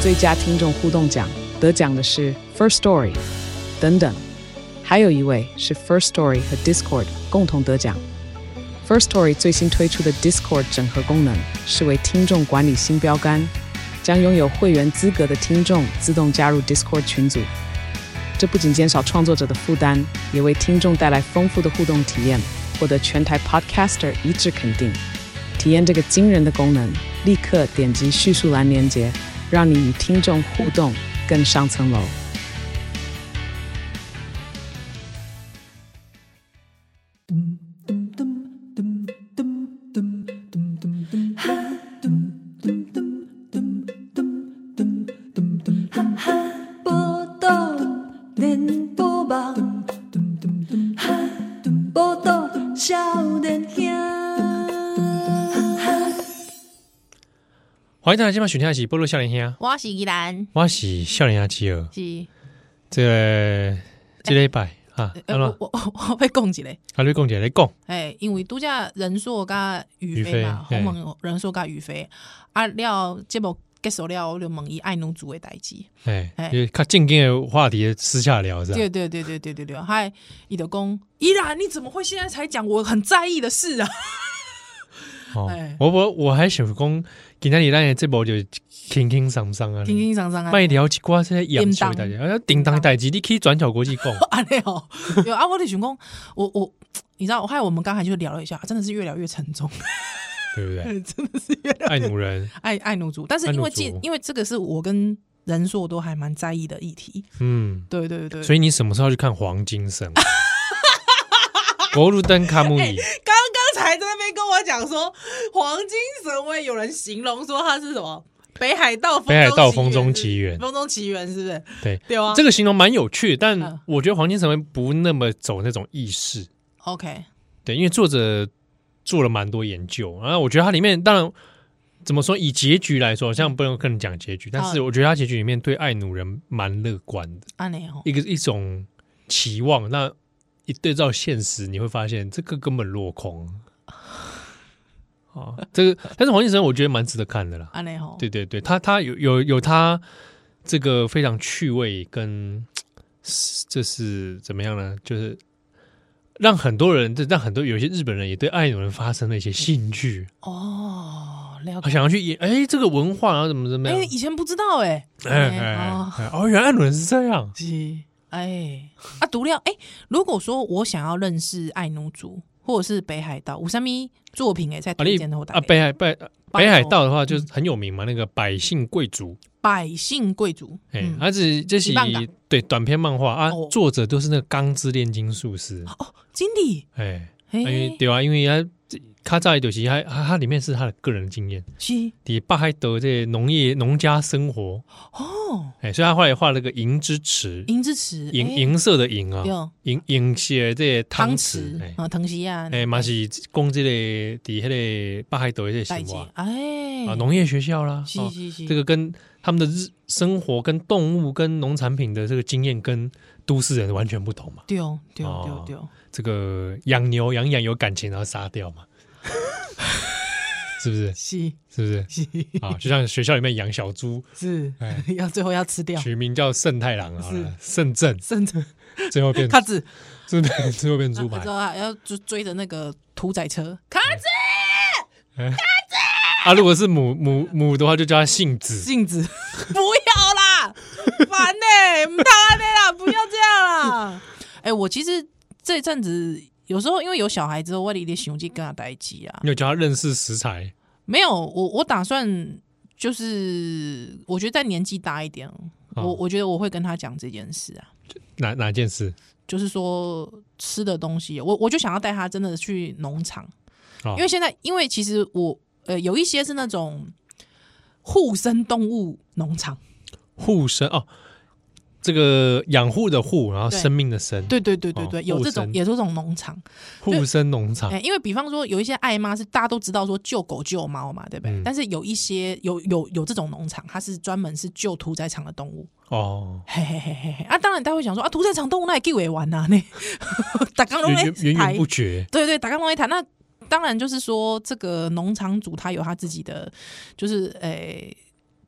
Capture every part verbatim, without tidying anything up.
最佳听众互动奖，得奖的是 First Story 等等，还有一位是 First Story 和 Discord 共同得奖。First Story 最新推出的 Discord 整合功能是为听众管理新标杆，将拥有会员资格的听众自动加入 Discord 群组。这不仅减少创作者的负担，也为听众带来丰富的互动体验，获得全台 Podcaster 一致肯定。体验这个惊人的功能，立刻点击叙述栏连结，让你与听众互动更上层楼。 欢迎大家今晚收听的是《波罗少年兄》， 我是依兰， 我是少年兄七儿。 是这个这礼拜哈， 欸、我我我要讲一个， 啊，你讲一个，你讲。 哎，因为拄则人硕甲宇飞嘛，鸿蒙人硕甲宇飞啊，了节目结束了，我就问伊爱奴族的代志。 哎哎，较正经的话题私下聊是吧？ 对对对对对对对，还伊就讲，依兰你怎么会现在才讲我很在意的事啊？ 哦，欸、我我我还想讲，今天你咱这部就轻轻松松啊， 轻轻松松啊， 卖聊一寡些严肃代志，啊，叮当代志，你可以转角国际讲。 安尼哦，有啊，我就想讲，我我你知道，害我们刚才就聊了一下，真的是越聊越沉重， 对不对？ 真的是越聊越爱奴人， 爱爱奴族，但是因为因为这个是我跟人硕都还蛮在意的议题，嗯，对对对， 所以你什么时候去看黄金神？国路灯卡木伊。 刚才在那边跟我讲说，黄金神威有人形容说它是什么北海道北海道风中奇缘， 风中奇缘是不是？ 对对啊， 这个形容蛮有趣，但我觉得黄金神威不那么走那种意识。 OK， 对，因为作者做了蛮多研究，然后我觉得它里面当然怎么说，以结局来说，像不能跟你讲结局，但是我觉得它结局里面对爱奴人蛮乐观的， 哦、 一个一种期望。那一对照现实，你会发现这个根本落空。啊，这个但是黄金神我觉得蛮值得看的啦。对对对，他他有有有他这个非常趣味跟这是怎么样呢？就是让很多人，让很多有些日本人也对爱奴人发生了一些兴趣哦，了解，想要去演哎这个文化然后怎么怎么样？ 哎，以前不知道哎， 哎哎哦，原来爱奴人是这样。 是哎啊，读了哎，如果说我想要认识爱奴族或者是北海道，有什么作品哎在推荐的？ 啊，北海北北海道的话就是很有名嘛，那个百姓贵族， 百姓贵族， 哎，而且这是对短篇漫画啊，作者都是那个钢之炼金术师哦，真的哎，因为对啊，因为他他在就是他他里面是他的个人经验， 是在北海道这农业农家生活哦，哎，所以他后来画了个银之匙， 银之匙， 银银色的银啊，银银写这汤匙啊，汤匙啊， 哎，嘛是讲这个伫那个北海道的这些生活，哎，啊，农业学校啦， 是是是， 这个跟他们的日生活、跟动物、跟农产品的这个经验，跟都市人完全不同嘛， 对对对对， 这个养牛养养有感情，然后杀掉嘛。是不是？ 是是不是？是啊，就像学校里面养小猪， 是哎，要最后要吃掉， 取名叫圣太郎啊，圣正， 圣正， 最后变卡子， 对对，最后变猪排， 之后要就追着那个屠宰车，卡子，卡子啊！如果是母母母的话，就叫他杏子， 杏子，不要啦，烦呢，唔他的啦，不要这样啦。哎，我其实这一阵子。有时候因为有小孩之后，我有点想去跟他在一起啊。 你有教他认识食材？ 没有，我我打算就是，我觉得再年纪大一点，哦、我我觉得我会跟他讲这件事啊。 哪哪件事？ 就是说吃的东西，我我就想要带他真的去农场，哦、因为现在因为其实我呃有一些是那种护生动物农场， 护生哦。这个养护的护，然后生命的生， 对对对对对，有这种有这种农场， 护生农场。 因为比方说有一些爱妈是大家都知道说救狗救猫嘛，对不对？嗯、但是有一些有有有这种农场，它是专门是救屠宰场的动物哦。嘿嘿嘿嘿啊，当然大家会想说啊，屠宰场动物那也给我玩啊呢，打刚龙源源不绝。 对对，打刚龙一谈那。当然，就是说这个农场主他有他自己的，就是诶、欸，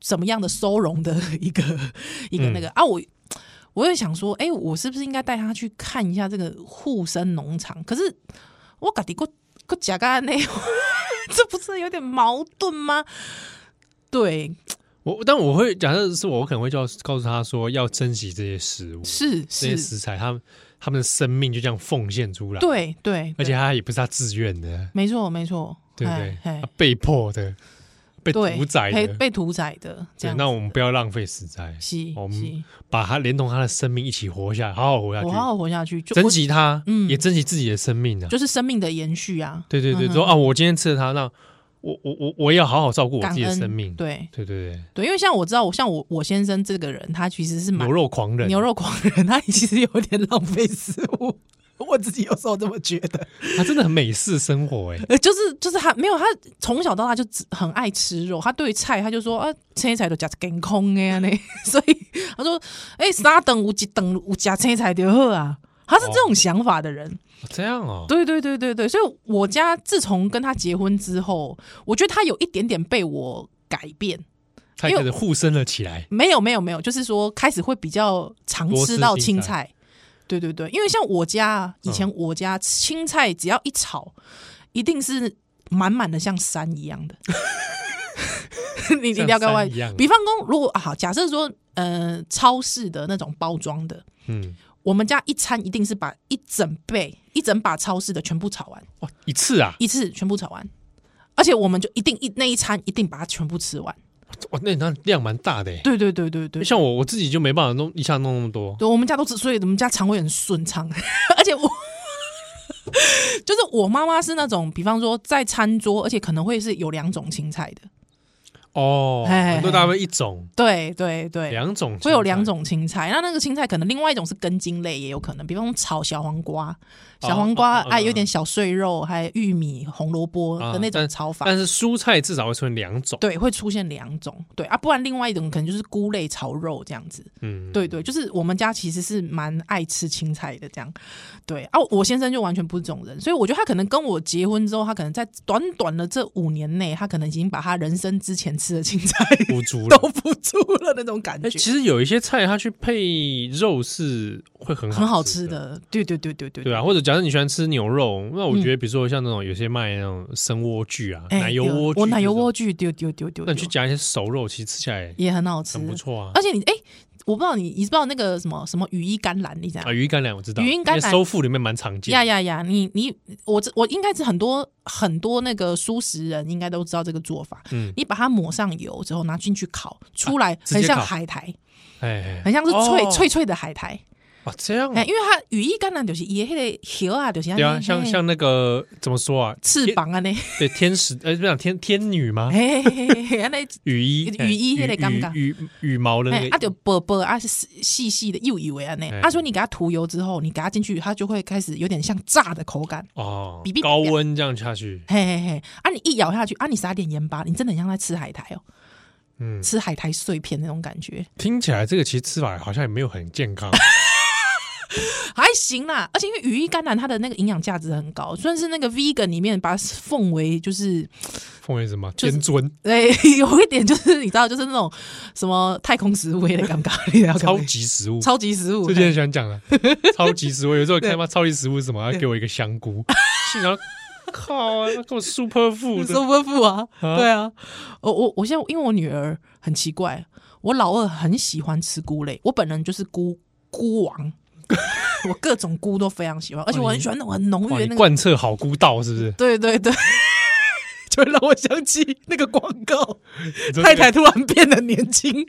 什么样的收容的一个一个那个、嗯、啊，我我也想说，哎、欸，我是不是应该带他去看一下这个护生农场？可是我自己个个假干那，这不是有点矛盾吗？对。 我但我会假设是我，我可能会叫告诉他说要珍惜这些食物， 是是这些食材，他们他们的生命就这样奉献出来， 对 对, 对， 而且他也不是他自愿的， 没错没错， 对不对？他被迫的，被屠宰的， 被屠宰的，这样。 那我们不要浪费食材，我们把他连同他的生命一起活下来，好好活下去， 好好活下去， 珍惜他，嗯，也珍惜自己的生命啊， 就是生命的延续啊。 对对对，嗯、说啊，我今天吃了它，那我我我我也要好好照顾我自己的生命。 对对对对对，因为像我知道，我像我我先生这个人，他其实是牛肉狂人， 牛肉狂人，他其实有点浪费食物。我自己有时候这么觉得， 他真的很美式生活哎、欸， 就是就是他没有，他从小到大就很爱吃肉，他对菜他就说啊，青菜都加健康的呢，所以他说哎、欸，三顿有一顿有加青菜就好啊，他是这种想法的人。 哦、这样哦， 对对对对对，所以我家自从跟他结婚之后，我觉得他有一点点被我改变。 他开始护生了起来。 没有没有没有，就是说开始会比较常吃到青菜。对对对，因为像我家以前我家青菜只要一炒，一定是满满的像山一样的。你你了解我？比方说，如果、啊、好，假设说，呃，超市的那种包装的，嗯，我们家一餐一定是把一整倍、一整把超市的全部炒完。 哇，一次啊？ 一次全部炒完，而且我们就一定一那一餐一定把它全部吃完。 哇，那那量蛮大的哎。 对对对对对， 像我我自己就没办法弄一下弄那么多。 对，我们家都吃，所以我们家肠胃很顺畅，而且我就是我妈妈是那种，比方说在餐桌，而且可能会是有两种青菜的。 哦，很多大概一种， 对对对， 两种会有两种青菜，那那个青菜可能另外一种是根茎类，也有可能，比方说炒小黄瓜，小黄瓜哎、哦哦、有点小碎肉，还有玉米、红萝卜的那种炒法、 啊但。但是蔬菜至少会出现两种， 对，会出现两种，对啊，不然另外一种可能就是菇类炒肉这样子。嗯，对对，就是我们家其实是蛮爱吃青菜的这样。对啊，我先生就完全不是这种人，所以我觉得他可能跟我结婚之后，他可能在短短的这五年内，他可能已经把他人生之前吃的青菜补足都补足了那种感觉。 欸、其实有一些菜，它去配肉是会很好很好吃的。对对对对对， 对啊。或者假设你喜欢吃牛肉，那我觉得比如说像那种有些卖那种生莴苣啊、嗯、奶油莴苣， 我奶油莴苣丢丢丢丢， 那你去夹一些熟肉，其实吃起来也很好吃， 很不错啊。 而且你哎。欸我不知道你，你知道那个什么什么羽衣甘蓝，你知道吗？ 啊，羽衣甘蓝我知道， 羽衣甘蓝收腹里面蛮常见。 呀呀呀！你你我我应该是很多很多那个蔬食人应该都知道这个做法。嗯，你把它抹上油之后拿进去烤，出来很像海苔，哎、啊，很像是脆、哦、脆脆的海苔。 啊，这样、 啊，因为它羽衣甘蓝就是也那个叶啊，就是对啊，像像那个怎么说啊， 翅膀啊那对天使呃，不讲天天女吗？ 嘿嘿嘿，那羽衣羽衣那个感觉羽羽毛的那个， 啊就薄薄啊细细的又以为啊那，啊说你给它涂油之后，你给它进去，它就会开始有点像炸的口感哦，比比高温这样下去， 嘿嘿嘿，啊你一咬下去啊，你撒点盐巴，你真的很像在吃海苔哦。嗯，吃海苔碎片那种感觉， 听起来这个其实吃法好像也没有很健康。 还行啦，而且因为羽衣甘蓝它的那个营养价值很高，算是那个 vegan 里面把它奉为就是奉为什么天尊？ 对，有一点就是你知道，就是那种什么太空食物的感觉， 超级食物， 超级食物。 最近很喜欢讲的超级食物，有时候看嘛，超级食物是什么？他给我一个香菇，然后靠啊，那给我 super food，super food 啊，啊对啊，我我我现在因为我女儿很奇怪，我老二很喜欢吃菇类，我本人就是菇菇王。我各种菇都非常喜欢，而且我很喜欢那种很浓郁的那个贯彻好菇道，是不是？ 对对对，就会让我想起那个广告，太太突然变得年轻。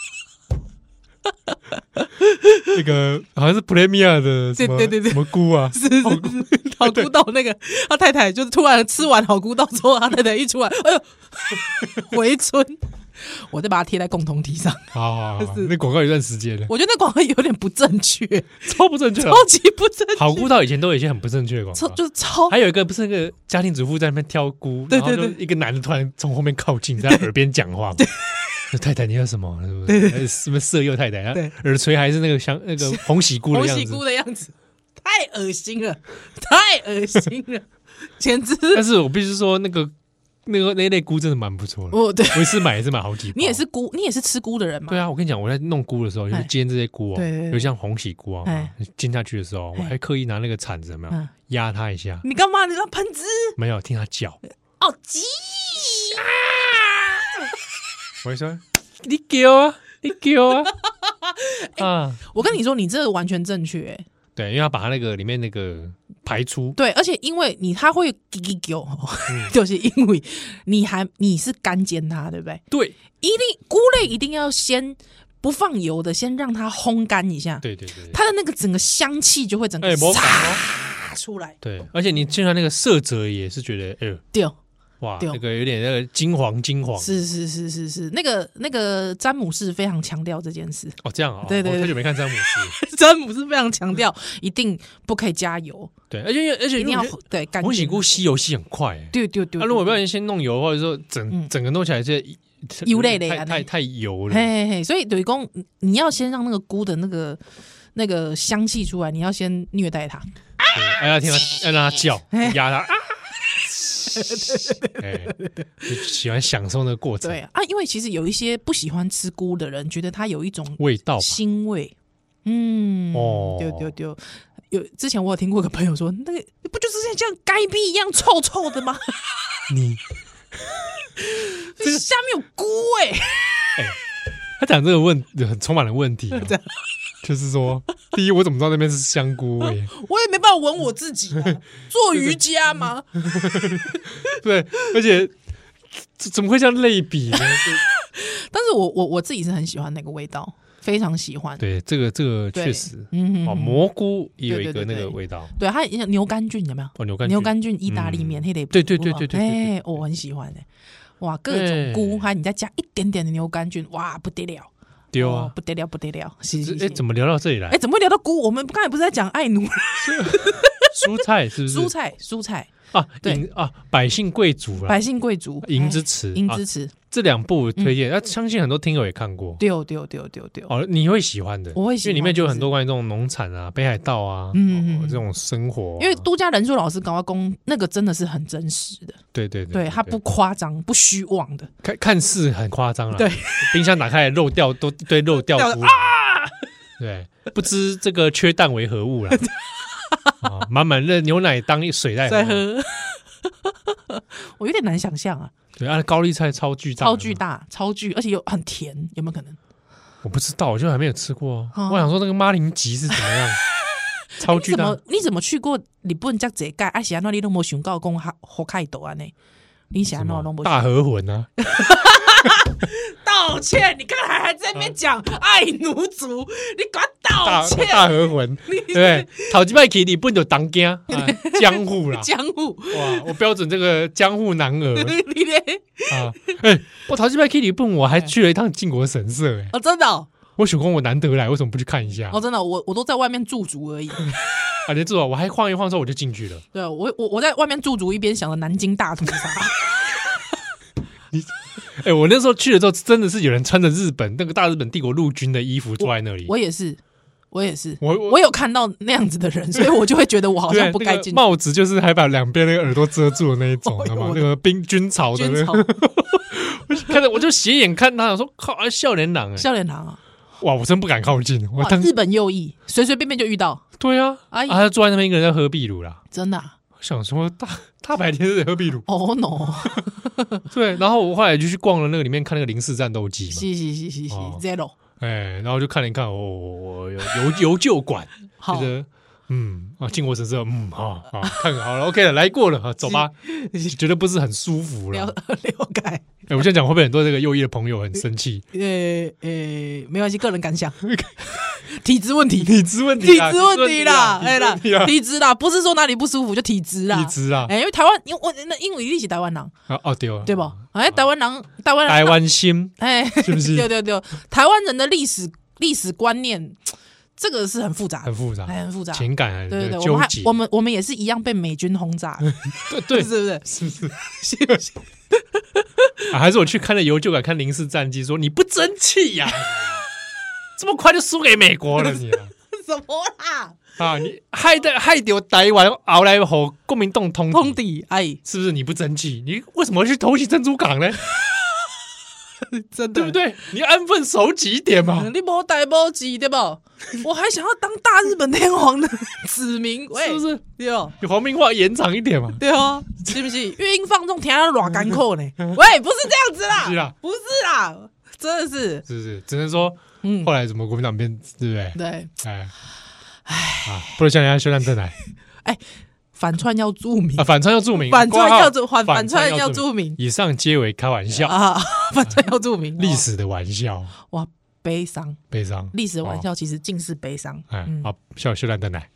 那个好像是 Premier 的什么对对对对什么菇啊， 是是是好菇道那个，他太太就是突然吃完好菇道之后，他太太一出来，哎呦，回春。我再把它贴在共同体上。 好好好，那广告有一段时间了。 我觉得那广告有点不正确， 超不正确， 超级不正确。 好菇道以前都有一些很不正确的广告， 就是超。 还有一个不是那个家庭主妇在那边挑菇， 对对对， 然后就一个男的突然从后面靠近，在耳边讲话嘛。太太，你要什么？对对对，是不是色诱太太啊？耳垂还是那个香那个红喜菇的样子， 红喜菇的样子，太恶心了，太恶心了，简直。 但是我必须说那个。 那个那类菇真的蛮不错的。 哦，对， 我一次买也是买好几包。 你也是菇，你也是吃菇的人吗？ 对啊，我跟你讲，我在弄菇的时候，就是煎这些菇哦，就像红喜菇啊，煎下去的时候，我还刻意拿那个铲子，有没有压它一下？ 你干嘛？你要喷汁？ 没有，听它叫。 哦，鸡啊！ 我会说，你叫啊，你叫啊！ 啊，我跟你说，你这个完全正确。 对，因为要把它那个里面那个排出。 对，而且因为你它会叽叽叫，就是因为你还你是干煎它，对不对？ 对， 一定菇类一定要先不放油的，先让它烘干一下。 对对 对, 對， 它的那个整个香气就会整个撒出来。 对，而且你现在那个色泽也是觉得，哎呦， 对。 哇，那个有点那个金黄金黄， 是是是是是，那个那个詹姆士非常强调这件事。 哦，这样啊、哦， 对 对, 對， 太久没看詹姆士， 詹姆士非常强调一定不可以加油。 对，而且而且一定要对， 红喜菇吸油吸很快、欸， 对对对。 那、啊、如果不小心先弄油，或者说整、嗯、整个弄起来是油类的， 太太太油了。 嘿嘿嘿，所以等于说你要先让那个菇的那个那个香气出来，你要先虐待它， 哎呀，听它要让它叫，压它啊。哎，喜欢享受那个过程。 对啊，因为其实有一些不喜欢吃菇的人，觉得它有一种味道腥味。嗯，哦，对对对，有之前我有听过一个朋友说，那个不就是像该逼一样臭臭的吗？ 你这下面有菇哎、欸！ 哎，他讲这个问很充满了问题、啊。就是说，第一，我怎么知道那边是香菇味？ 我也没办法闻我自己、啊，做瑜伽吗？ 对，而且怎么会这样类比呢？ 但是我我我自己是很喜欢那个味道，非常喜欢。 对，这个这个确实，嗯哦，蘑菇也有一个那个味道。 对，它牛肝菌有没有？ 哦，牛肝牛肝菌意大利面，黑得对对对对对， 哎，我很喜欢哎，哇，各种菇，还你再加一点点的牛肝菌，哇，不得了。 丢啊、 哦，不得了，不得了！ 哎，怎么聊到这里来？ 哎，怎么会聊到菇？我们刚才不是在讲爱奴蔬菜是不是？ 蔬菜，蔬菜啊，对啊，百姓贵族啦， 百姓贵族， 银之匙， 银之匙、啊， 这两部推荐，那、嗯啊、相信很多听友也看过。 丢丢丢丢丢， 哦，你会喜欢的， 我会喜欢， 因为里面就有很多关于这种农产啊、北海道啊，嗯、哦，这种生活、啊。 因为都家人数老师搞阿公那个真的是很真实的， 对对 对, 对, 对，他不夸张、不虚妄的， 看看似很夸张啦。 对， 冰箱打开来肉掉都对肉掉菇啊，对，不知这个缺蛋为何物啦。啊，满满的牛奶当水在在喝，我有点难想象啊。 对啊，高丽菜超巨大， 超巨大，超巨，而且又很甜，有没有可能？ 我不知道，我就还没有吃过。哦、我想说那个马铃吉是怎么样？超巨大、 欸你，你怎么去过日本这这盖？而且那你都没想到讲好开头啊呢？你想那都没大和魂啊？ 道歉！你刚才还在那边讲爱奴族，你给我道歉！ 大, 大和魂，对不对？头一摆去日本就当家、啊、江户啦， 江户哇！我标准这个江户男儿。 你咧啊？哎、欸，我头一摆去日本，我还去了一趟靖国神社、欸，哎、 哦，真的、哦。 我想说我难得来，为什么不去看一下？ 哦，真的，我我都在外面驻足而已。 啊，你知道，我还晃一晃之后我就进去了。 对，我我我在外面驻足，一边想着南京大屠杀。 你，哎、欸，我那时候去的时候，真的是有人穿着日本那个大日本帝国陆军的衣服坐在那里。 我, 我也是，我也是， 我 我, 我有看到那样子的人，所以我就会觉得我好像不该进去。 那個、帽子就是还把两边那个耳朵遮住的那一种，知道吗？那个兵军曹的、那個，我看着我就斜眼看他，我说靠，笑脸郎哎， 笑脸郎啊！ 哇，我真不敢靠近。我日本右翼，随随便便就遇到。 对啊，哎、啊，他坐在那边一个人在喝秘鲁啦， 真的、啊。 我想说大大白天在喝秘鲁， 哦、oh, no 对，然后我后来就去逛了那个里面看那个零式战斗机嘛， 是是是是是 zero， 哎，然后就看了一看，哦，我有有有旧馆，觉得嗯啊，靖国神社，嗯好好看好了 ，OK 了，来过了，走吧，觉得不是很舒服了， 了解。 哎，我现在讲会不会很多这个右翼的朋友很生气？ 呃呃，没关系，个人感想。体质问题， 体质问题， 体质问题啦，哎啦，体质啦，不是说哪里不舒服就体质啦， 体质啊， 哎，因为台湾，因为我那因为你是台湾人， 哦对对吧？哎，台湾人，台湾人， 台湾心， 哎， 是不是？ 对对对，台湾人的历史历史观念。这个是很复杂， 很复杂， 很复杂， 情感对对对， 纠结。 我们我们也是一样被美军轰炸， 对对， 是不是？ 是不是？是不是？啊，还是我去看了有久感，看零式战机，说你不争气呀、啊，这么快就输给美国了你、啊？ 什么啦？ 啊，你害得害掉台湾后来和国民党通通敌，哎， 是不是你不争气？你为什么去偷袭珍珠港呢？ 真的对不对？你安分守己一点嘛。 你没带没急对不？我还想要当大日本天皇的子民， 是不是？ 对哦， 你皇民话延长一点嘛。 对哦，是不是？乐音放纵，听到软干扣呢？喂，不是这样子啦， 是啦， 不是啦，真的是， 是是，只能说，嗯，后来怎么国民党变，对不对？ 对， 哎，哎，啊，不能像人家修炼正来， 哎。反串要注明啊！反串要注明， 反串要注反反串要注明。 以上皆为开玩笑啊！反串要注明历史的玩笑。 哇，悲伤， 悲伤， 历史的玩笑其实尽是悲伤。 哎，好，笑笑烂的奶。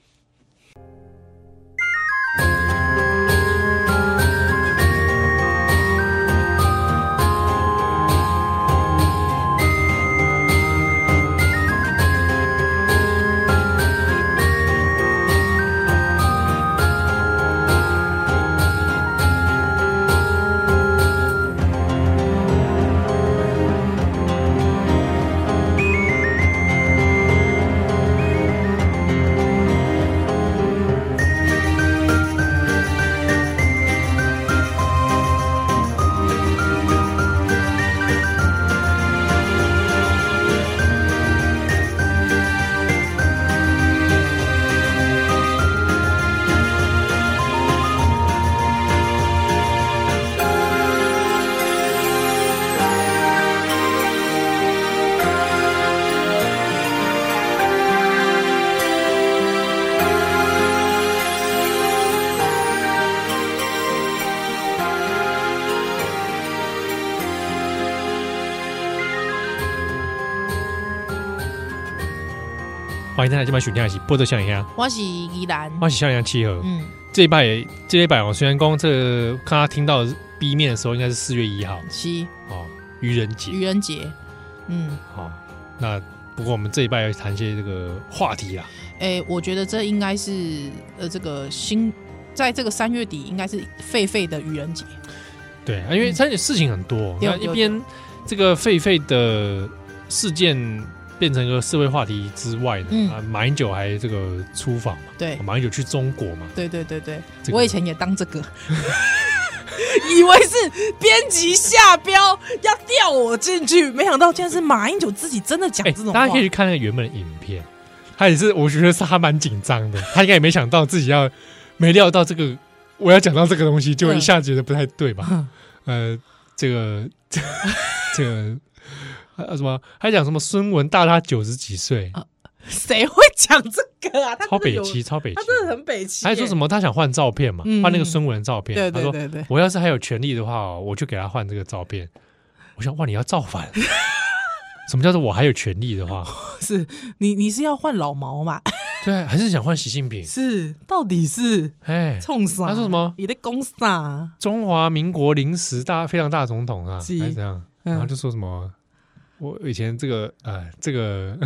欢迎大家今晚收听的是《波多笑脸香》， 我是宜兰， 我是笑脸香契合。嗯，这一拜这一拜哦，虽然讲这个看他听到 B 面的时候，应该是四月一号， 是哦，愚人节， 愚人节，嗯， 好、哦，那不过我们这一拜要谈一些这个话题啦。 哎、欸，我觉得这应该是呃，这个新在这个三月底应该是狒狒的愚人节。 对，因为三月事情很多，那、嗯、一边这个狒狒的事件变成一个社会话题之外呢，嗯、啊，马英九还这个出访嘛， 对， 马英九去中国嘛， 对对对对，这个、我以前也当这个，以为是编辑下标要调我进去，没想到竟然是马英九自己真的讲这种话、欸。 大家可以去看那个原本的影片，他也是，我觉得是他蛮紧张的，他应该也没想到自己要没料到这个我要讲到这个东西，就一下觉得不太对吧？嗯、呃，这个这个。啊、什么？还讲什么？孙文大他九十几岁， 谁、啊、会讲这个啊？他超北七，超北七， 他真的很北七。 还说什么？他想换照片嘛？换、嗯、那个孙文的照片。 对对对对， 他说我要是还有权利的话，我就给他换这个照片。我想，哇，你要造反？什么叫做我还有权利的话？ 是你你是要换老毛嘛？ 对，还是想换习近平？ 是，到底是哎，冲啥？ 他说什么？ 你在攻啥？ 中华民国临时大非常大总统啊，还是这样？然后就说什么？我以前这个呃，这个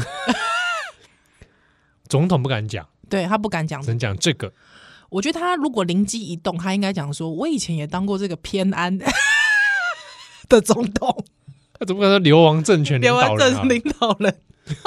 总统不敢讲， 对他不敢讲， 只能讲这个。 我觉得他如果灵机一动，他应该讲说：“我以前也当过这个偏安的总统。” 他怎么可能流亡政权领导人、啊？ 领导人。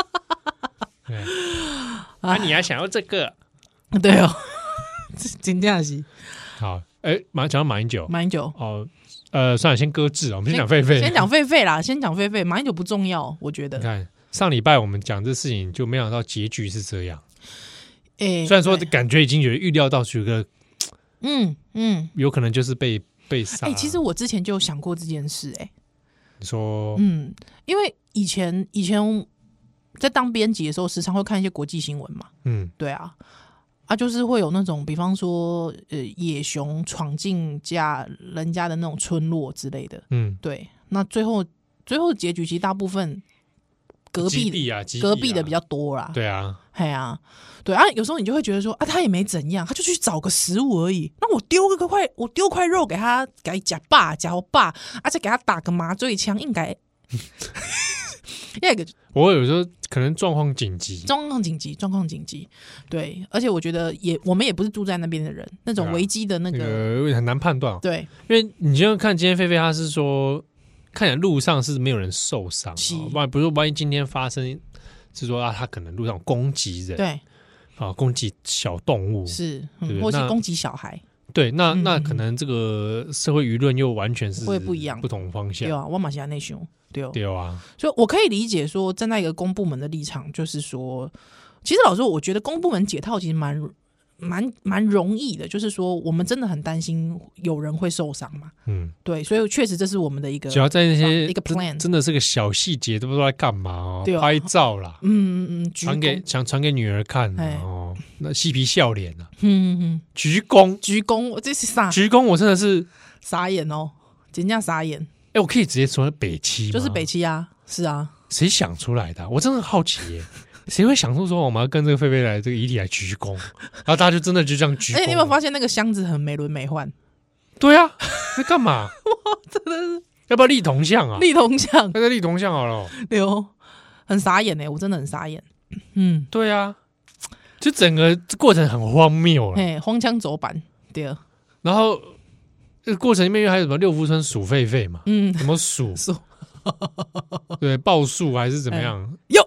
啊，你还想要这个？ 对哦，真的是好。哎、欸，马讲到马英九， 马英九哦。呃，算了，先搁置啊，我们先讲狒狒， 先讲狒狒啦，先讲狒狒，马英九不重要，我觉得。 你看上礼拜我们讲这事情，就没想到结局是这样。 哎、欸， 虽然说感觉已经有预料到有个， 嗯嗯， 有可能就是被被杀。 哎、欸，其实我之前就有想过这件事、欸，哎， 你说， 嗯，因为以前以前在当编辑的时候，时常会看一些国际新闻嘛，嗯，对啊。啊，就是会有那种，比方说，呃，野熊闯进家人家的那种村落之类的，嗯，对。那最后最后结局其实大部分隔壁的、啊啊、隔壁的比较多啦， 对啊， 嘿啊，对啊。有时候你就会觉得说，啊，他也没怎样，他就去找个食物而已。那我丢个块，我丢块肉给他，给他夹霸夹霸，而且给他打个麻醉枪，应该。 我有时候可能状况紧急， 状况紧急，状况紧急，对，而且我觉得也，我们也不是住在那边的人，那种危机的那个、啊那个、很难判断， 对， 因为你就看今天狒狒，他是说看起来路上是没有人受伤，不然不是万一今天发生是说啊，他可能路上攻击人， 对， 啊攻击小动物， 是，嗯、或是攻击小孩。 对，那那可能这个社会舆论又完全是会不一样， 不同方向。 对啊，我马来内熊，对对啊， 所以我可以理解说，站在一个公部门的立场，就是说，其实老实说，我觉得公部门解套其实蛮蛮蛮容易的，就是说，我们真的很担心有人会受伤嘛。嗯，对，所以确实这是我们的一个， 只要在那些一个 plan， 真的是个小细节，都不知道在干嘛哦，对、啊，拍照啦，嗯嗯嗯，传给想传给女儿看哦，那嬉皮笑脸啊，嗯嗯，鞠躬鞠躬，这是啥？ 鞠躬，我真的是傻眼哦，真的傻眼。 哎、欸，我可以直接说北七吗？ 就是北七啊，是啊， 谁想出来的、啊？我真的很好奇耶。谁会想出说我们要跟这个狒狒来这个遗体来鞠躬，然后大家就真的就这样鞠躬？ 哎、欸，你有没有发现那个箱子很美轮美奂？ 对啊，在干嘛？ 哇，真的是要不要立铜像啊？ 立铜像， 那个立铜像好了。 对哦，很傻眼哎，我真的很傻眼。嗯， 对啊，就整个过程很荒谬了， 哎，荒腔走板，对。 然后这个过程里面又还有什么六福村数狒狒嘛？嗯，怎么数？数对，报数还是怎么样？ 有。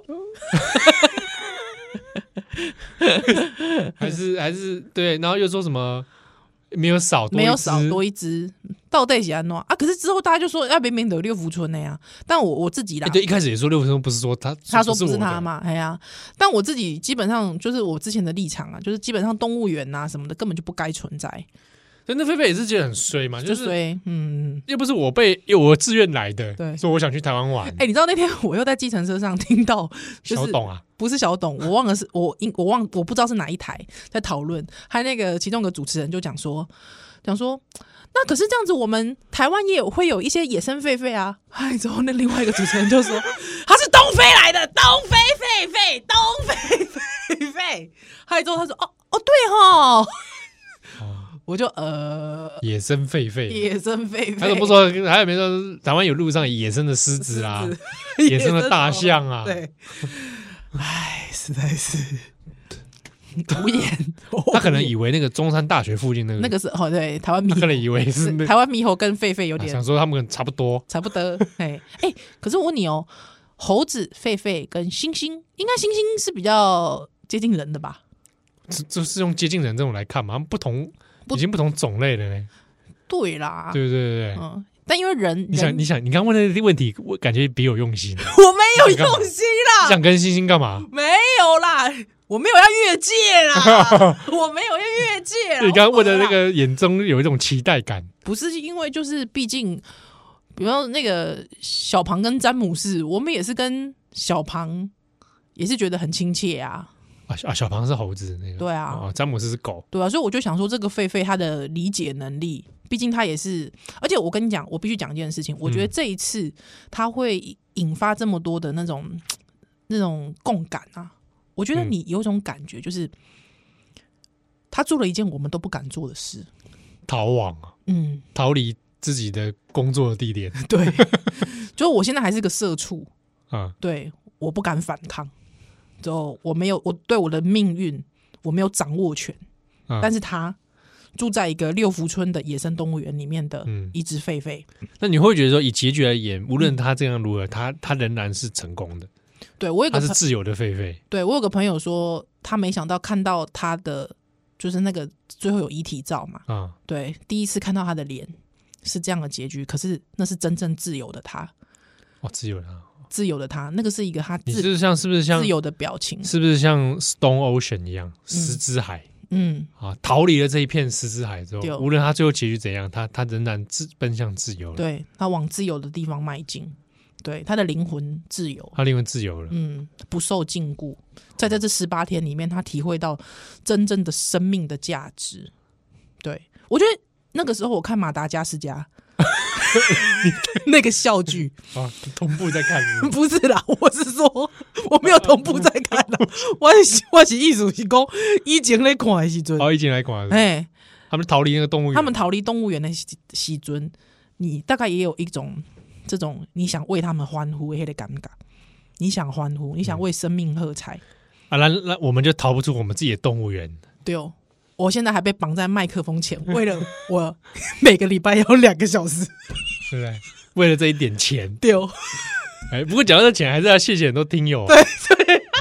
还是还是对，然后又说什么没有少多没有少多一只，到底是安怎啊？可是之后大家就说要明明有六福村的呀，但我我自己啦， 欸、对，一开始也说六福村不是说他， 他说不是他嘛，哎呀、啊，但我自己基本上就是我之前的立场啊，就是基本上动物园啊什么的根本就不该存在。 所以那狒狒也是觉得很衰嘛，就是衰，嗯， 又不是我被又我自愿来的， 对， 说我想去台湾玩。 哎、欸，你知道那天我又在计程车上听到、就是， 小董啊， 不是小董，我忘了是我我忘我不知道是哪一台在讨论，还那个其中一个主持人就讲说讲说，那可是这样子，我们台湾也有会有一些野生狒狒啊。哎，之后那另外一个主持人就说他是东非来的，东非狒狒，东非狒狒。还之后他说哦哦对齁。我就呃， 野生狒狒， 野生狒狒， 他怎么不说？还有没说台湾有路上野生的狮子啊，野生的大象啊？ 对，哎，实在是无言。 他可能以为那个中山大学附近那个那个是哦，对，台湾猕猴， 他可能以为是台湾猕猴跟狒狒有点、 啊、想说他们可能差不多， 差不多。哎哎，可是我问你哦，猴子、狒狒跟猩猩，应该猩猩是比较接近人的吧？ 就是用接近人这种来看嘛，不同。已经不同种类了呢， 对啦， 对对对对， 嗯，但因为人， 你想，你想，你刚问的问题，我感觉别有用心， 我没有用心啦， 想跟星星干嘛？ 没有啦，我没有要越界啦，我没有要越界啦。 你刚刚问的那个眼中有一种期待感， 不是因为就是毕竟，比方那个小庞跟詹姆士，我们也是跟小庞也是觉得很亲切啊。 啊啊！小庞是猴子那个， 对啊， 哦，詹姆斯是狗， 对啊，所以我就想说，这个狒狒他的理解能力，毕竟他也是，而且我跟你讲，我必须讲一件事情，我觉得这一次他会引发这么多的那种那种共感啊，我觉得你有一种感觉，就是、嗯、他做了一件我们都不敢做的事， 逃亡，嗯，逃离自己的工作的地点， 对，就我现在还是个社畜啊，对，我不敢反抗。之后我没有，我对我的命运我没有掌握权、嗯，但是他住在一个六福村的野生动物园里面的一只狒狒、 嗯，那你会觉得说，以结局来演，无论他这样如何，他他仍然是成功的。 对我有个他是自由的狒狒。 对我有个朋友说，他没想到看到他的就是那个最后有遗体照嘛，啊、嗯，对，第一次看到他的脸是这样的结局，可是那是真正自由的他。 哦，自由的他。 自由的他，那个是一个他自， 你是像是不是像自由的表情？ 是不是像 Stone Ocean 一样，石之海？嗯啊，逃离了这一片石之海之后，无论他最后结局怎样，他他仍然自奔向自由了。 对，他往自由的地方迈进。对，他的灵魂自由， 他灵魂自由了。 嗯，不受禁锢，在在这十八天里面，他体会到真正的生命的价值。对，我觉得那个时候我看马达加斯加。那个笑剧啊，同步在看是不是？ 不是啦，我是说我没有同步在看啦。我是我是意思是讲以前在看的时阵， 哦，以前来看，哎，他们逃离那个动物园， 他们逃离动物园的时阵，你大概也有一种这种你想为他们欢呼的那个感觉，你想欢呼，你想为生命喝彩、 嗯、啊，那那我们就逃不出我们自己的动物园。 对哦。我现在还被绑在麦克风前，为了我每个礼拜要两个小时， 对不对？为了这一点钱， 对哦。 哎，不过讲到这钱，还是要谢谢很多听友。 对对，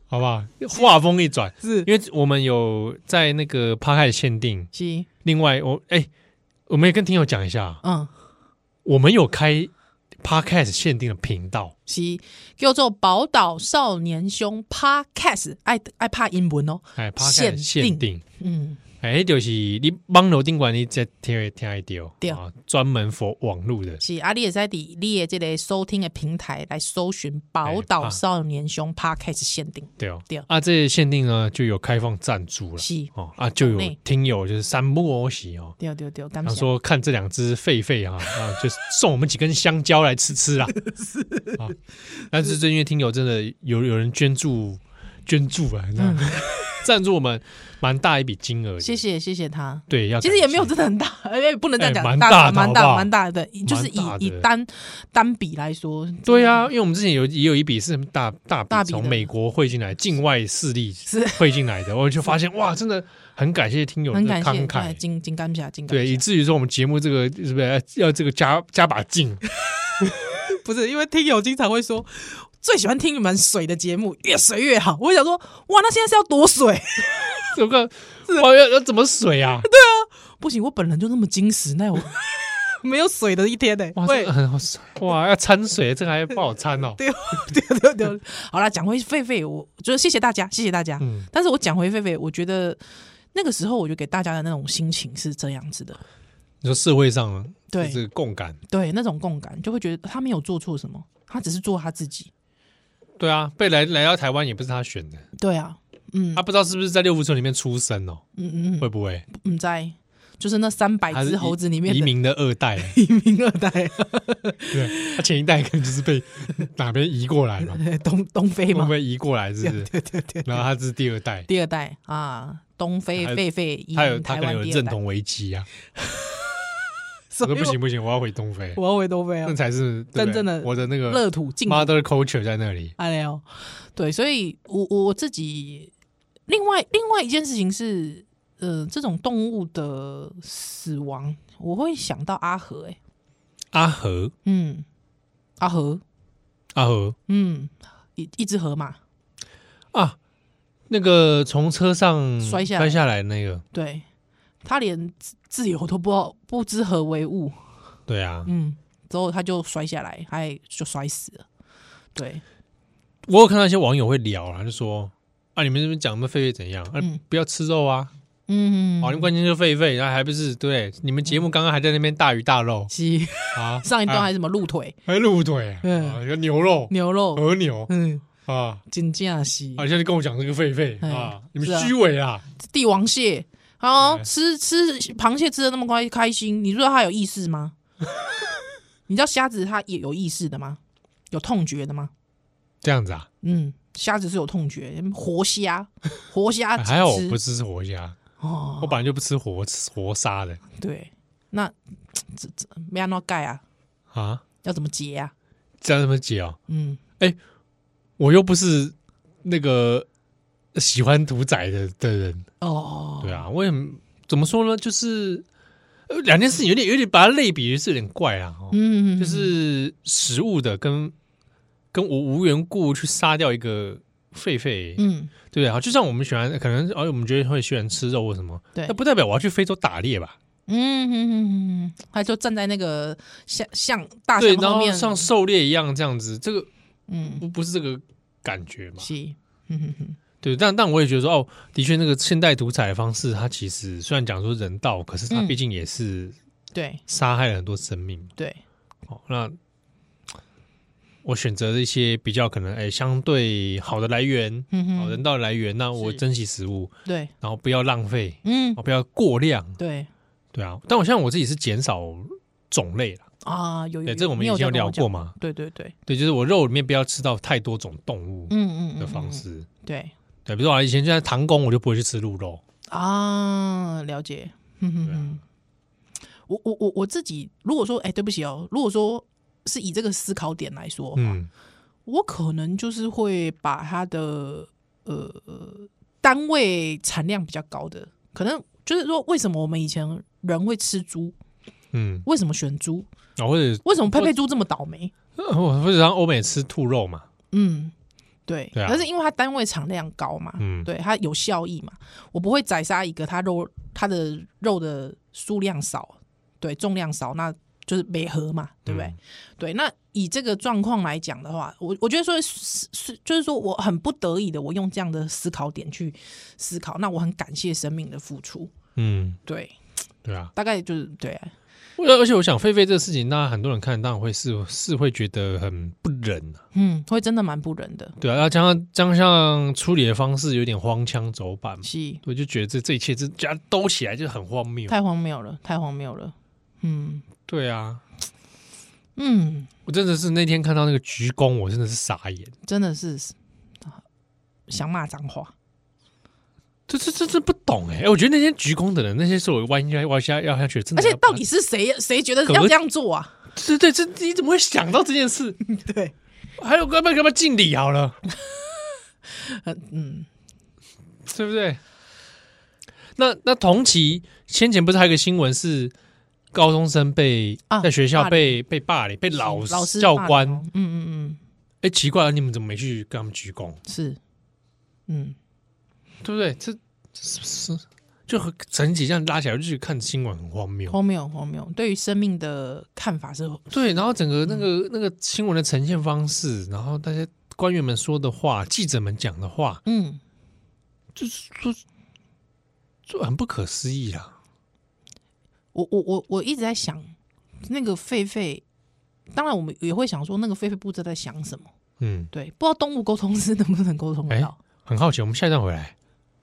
好不好？话锋一转， 是因为我们有在那个 Podcast 限定， 是另外我哎、欸，我们也跟听友讲一下， 嗯， 我们有开 Podcast 限定的频道， 是叫做宝岛少年兄 Podcast， 爱爱怕英文哦， 哎 ，Podcast 限定， 嗯。 哎，就是你网络顶管你再听会听得到， 对啊，专门 for 网络的。 是啊，你也在伫你的这个收听的平台来搜寻宝岛少年兄 Podcast 限定， 对哦， 对啊，这限定呢就有开放赞助了， 是哦啊，就有听友就是三不五时哦， 对对对， 想说看这两只狒狒啊，啊，就送我们几根香蕉来吃吃啦，是啊，但是这因为听友真的有有人捐助捐助啊，你知道吗？赞助我们蛮大一笔金额， 谢谢谢谢他。 对，要其实也没有真的很大，哎，不能这样讲， 蛮大蛮大蛮大的，就是以以单单笔来说， 对啊，因为我们之前有也有一笔是大大笔从美国汇进来，境外势力汇进来的，我就发现哇，真的很感谢听友的慷慨， 金金刚下金刚， 对，以至于说我们节目这个是不是要这个加加把劲？ 不是，因为听友经常会说。最喜欢听你们水的节目，越水越好。我想说，哇，那现在是要多水？ 怎么哇要要怎么水啊？ 对啊，不行，我本人就那么精实，那我没有水的一天呢、欸。 哇，哇，要掺水，这个还不好掺哦。 对对对对，好啦，讲回狒狒，我觉得谢谢大家，谢谢大家。嗯，但是我讲回狒狒，我觉得那个时候，我就给大家的那种心情是这样子的。 你说社会上对这个共感， 对那种共感，就会觉得他没有做错什么，他只是做他自己。 对啊，被来来到台湾也不是他选的。 对啊，嗯， 他不知道是不是在六福村里面出生哦。嗯嗯嗯，会不会？ 嗯，在就是那三百只猴子里面移民的二代， 移民二代。 对，他前一代可能就是被哪边移过来嘛， 东东非嘛， 东非移过来是不是？ 对对对。 然后他是第二代， 第二代啊，东非狒狒移民台湾第二代， 他可能有认同危机啊。我说不行不行，我要回东非， 我要回东非啊， 那才是真正的我的那个乐土净 mother culture 在那里。 哎呦，对，所以我我自己另外另外一件事情是，呃，这种动物的死亡，我会想到阿和、欸，哎， 阿和， 嗯，阿和， 阿和， 嗯，一一只河马啊，那个从车上摔下摔下来那个， 对。他连自由都不知道，不知何为物。 对啊， 嗯，之后他就摔下来，他也就摔死了。对， 我有看到一些网友会聊啊，就说啊，你们这边讲那狒狒怎样？啊，嗯、不要吃肉啊。嗯，好，你关键就狒狒，然后还不是对？你们节目刚刚还在那边大鱼大肉， 是啊，上一段还什么鹿腿， 还鹿腿，嗯，有牛肉， 牛肉， 和牛，嗯啊，真正是。 啊，现在跟我讲这个狒狒啊，你们虚伪啊， 帝王蟹。好吃吃螃蟹吃的那么快开心，你知道它有意识吗？你知道虾子它也有意识的吗？有痛觉的吗？ 这样子啊？ 嗯，虾子是有痛觉，活虾，活虾还好我不吃活虾哦，我本来就不吃活活杀的。 对，那这这没按到盖啊啊，要怎么解啊？ 这要怎么解啊？嗯，哎、欸，我又不是那个。喜欢屠宰的的人哦，对啊，我也怎么说呢？就是两件事情有点有点把它类比是有点怪啊。嗯，就是食物的跟跟我无缘故去杀掉一个狒狒，嗯，对不对？好，就像我们喜欢，可能哦，我们觉得会喜欢吃肉或什么，对，那不代表我要去非洲打猎吧？嗯嗯嗯，他就站在那个像像大象后面， 像狩猎一样这样子，这个嗯，不不是这个感觉嘛？ 是，嗯哼哼。 对，但但我也觉得说，哦，的确，那个现代屠宰的方式，它其实虽然讲说人道，可是它毕竟也是对杀害了很多生命。 对， 哦，那我选择了一些比较可能哎相对好的来源，嗯哦，人道的来源，那我珍惜食物， 对， 然后不要浪费，嗯，不要过量， 对， 对啊。但我相信我自己是减少种类了。 啊，有有， 对，这我们以前有聊过嘛？ 对对对， 对，就是我肉里面不要吃到太多种动物，嗯嗯的方式， 嗯嗯、对。 对，比如说我以前就在唐宫，我就不会去吃鹿肉啊，了解。哼哼哼，我我我我自己如果说，哎、欸，对不起哦，如果说是以这个思考点来说，嗯，我可能就是会把它的呃单位产量比较高的，可能就是说，为什么我们以前人会吃猪？嗯，为什么选猪？ 啊，或者为什么佩佩猪这么倒霉？ 或者让欧美吃兔肉嘛？ 嗯。 对， 对啊， 可是因为它单位产量高嘛，嗯，对，它有效益嘛，我不会宰杀一个它肉它的肉的数量少，对，重量少，那就是没合嘛，对不对？嗯、对，那以这个状况来讲的话，我我觉得说是就是说我很不得已的，我用这样的思考点去思考，那我很感谢生命的付出，嗯，对， 对啊， 大概就是对、啊。 而且我想狒狒这个事情，那很多人看当然会是是会觉得很不忍啊， 嗯，会真的蛮不忍的。 对啊，要加上加上处理的方式有点荒腔走板，是，我就觉得这这一切这加兜起来就很荒谬， 太荒谬了，太荒谬了。嗯， 对啊，嗯，我真的是那天看到那个鞠躬，我真的是傻眼， 真的是想骂脏话。 这这这这不懂哎、欸！我觉得那些鞠躬的人，那些是我弯下弯下要下去，真的。 而且到底是谁谁觉得要这样做啊？ 对对，这你怎么会想到这件事？ 对， 还有干嘛干嘛敬礼好了？ 嗯， 对不对？那那同期先前不是还有一个新闻是高中生被、啊、在学校被被霸凌，被老老师教官， 嗯嗯嗯， 哎、欸，奇怪了，你们怎么没去跟他们鞠躬？ 是，嗯。 对不对？这是是就整体这样拉起来，就去看新闻很荒谬， 荒谬荒谬。对于生命的看法是， 对，然后整个那个、嗯、那个新闻的呈现方式，然后大家官员们说的话，记者们讲的话，嗯，就是说就很不可思议啦。 我我我我一直在想，那个狒狒，当然我们也会想说，那个狒狒不知道在想什么，嗯，对，不知道动物沟通师能不能沟通得到、欸， 很好奇。我们下一站回来。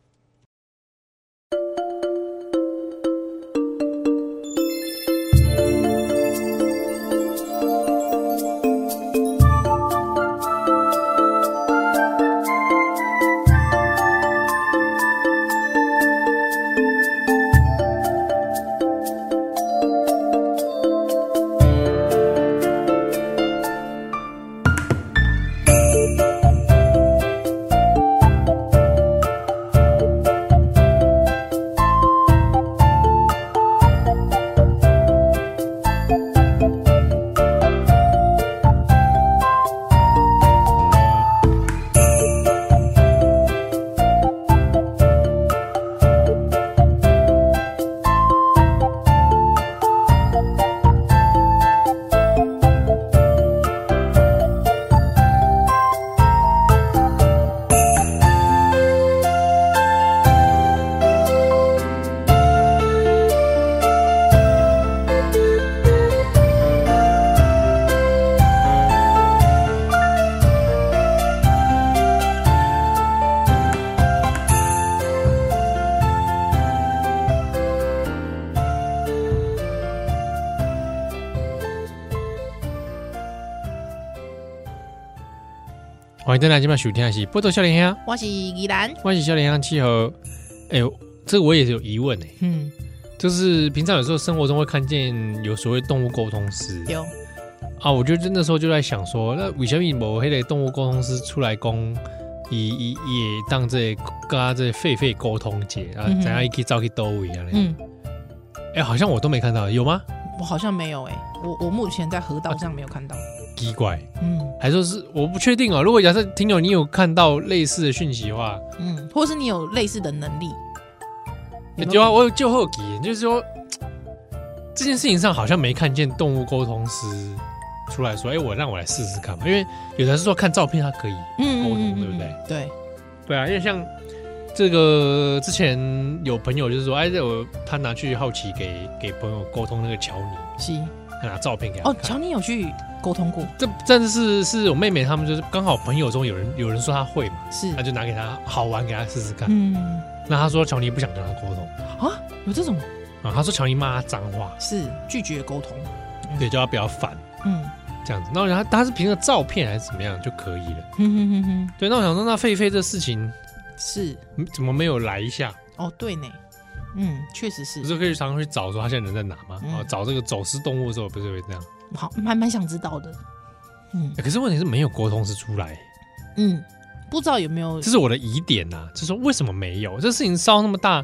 欢迎大家今晚收听的是《波多少年兄》， 我是宜兰， 我是少年兄气候。哎呦，这个我也是有疑问哎、欸，嗯，就是平常有时候生活中会看见有所谓动物沟通师， 有啊，我就那时候就在想说，那为什么某黑的动物沟通师出来讲，以以也当这跟他这狒狒沟通节啊，怎样一起找去兜位啊？嗯，哎、欸，好像我都没看到，有吗？ 我好像没有哎、欸，我我目前在河道上没有看到。 奇怪，嗯，还说是我不确定哦。如果假设听友你有看到类似的讯息的话， 嗯，或是你有类似的能力， 有有啊，我有就后记，就是说这件事情上好像没看见动物沟通师出来说，哎、欸，我让我来试试看嘛。因为有的是说看照片他可以沟通，嗯、对不对？ 对， 对啊，因为像这个之前有朋友就是说，哎，我他拿去好奇给给朋友沟通那个乔尼， 是他拿照片给他看。 哦，乔尼有去沟通过， 这真的是是我妹妹他们就是刚好朋友中有人有人说他会嘛， 是， 他就拿给他好玩给他试试看。嗯，那他说乔尼不想跟他沟通啊，有这种啊？他说乔尼骂他脏话， 是拒绝沟通， 嗯、对，叫他不要烦，嗯，这样子。那他他是凭着照片还是怎么样就可以了？嗯哼哼哼，对。那我想说，那狒狒这事情是怎么没有来一下？ 哦，对呢。嗯，确实是， 不是可以常常去找说他现在人在哪吗？嗯、哦，找这个走失动物的时候，不是会这样？ 好，蛮蛮想知道的。 嗯、欸，可是问题是没有沟通师出来。 嗯，不知道有没有？ 这是我的疑点呐、啊，就是说为什么没有？这事情烧那么大，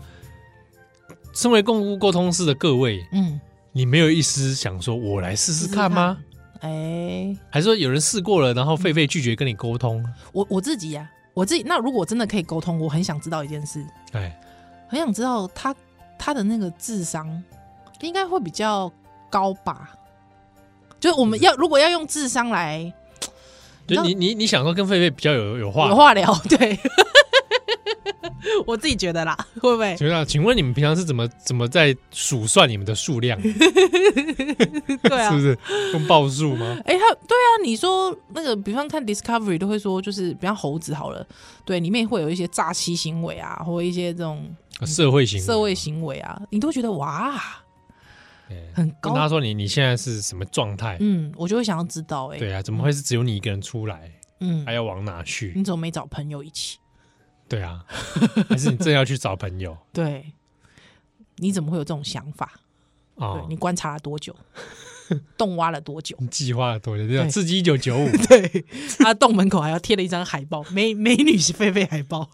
身为动物沟通师的各位，嗯，你没有一丝想说我来试试看吗？ 哎、欸， 还是说有人试过了，然后狒狒拒绝跟你沟通？ 我我自己呀、啊，我自己那如果真的可以沟通，我很想知道一件事，哎，很想知道他他的那个智商应该会比较高吧？就我们要如果要用智商来， 就你你你想说跟狒狒比较有有话有话聊，对。我自己觉得啦，会不会？ 觉得？请问你们平常是怎么怎么在数算你们的数量？ 对啊， 是不是用报数吗？ 哎、欸，他对啊，你说那个，比方看 Discovery 都会说，就是比方猴子好了，对，里面会有一些诈欺行为啊，或一些这种社会行为、 社会行为啊，你都觉得哇，很高。 跟他说你你现在是什么状态？ 嗯，我就会想要知道、欸，哎， 对啊，怎么会是只有你一个人出来？嗯，还要往哪去？ 你怎么没找朋友一起？ 对啊，还是你正要去找朋友？ 对，你怎么会有这种想法？哦，对，你观察了多久？洞挖了多久？ 你计划了多久？对，刺激一九九五。 对，他洞门口还要贴了一张海报，美美女是狒狒海报，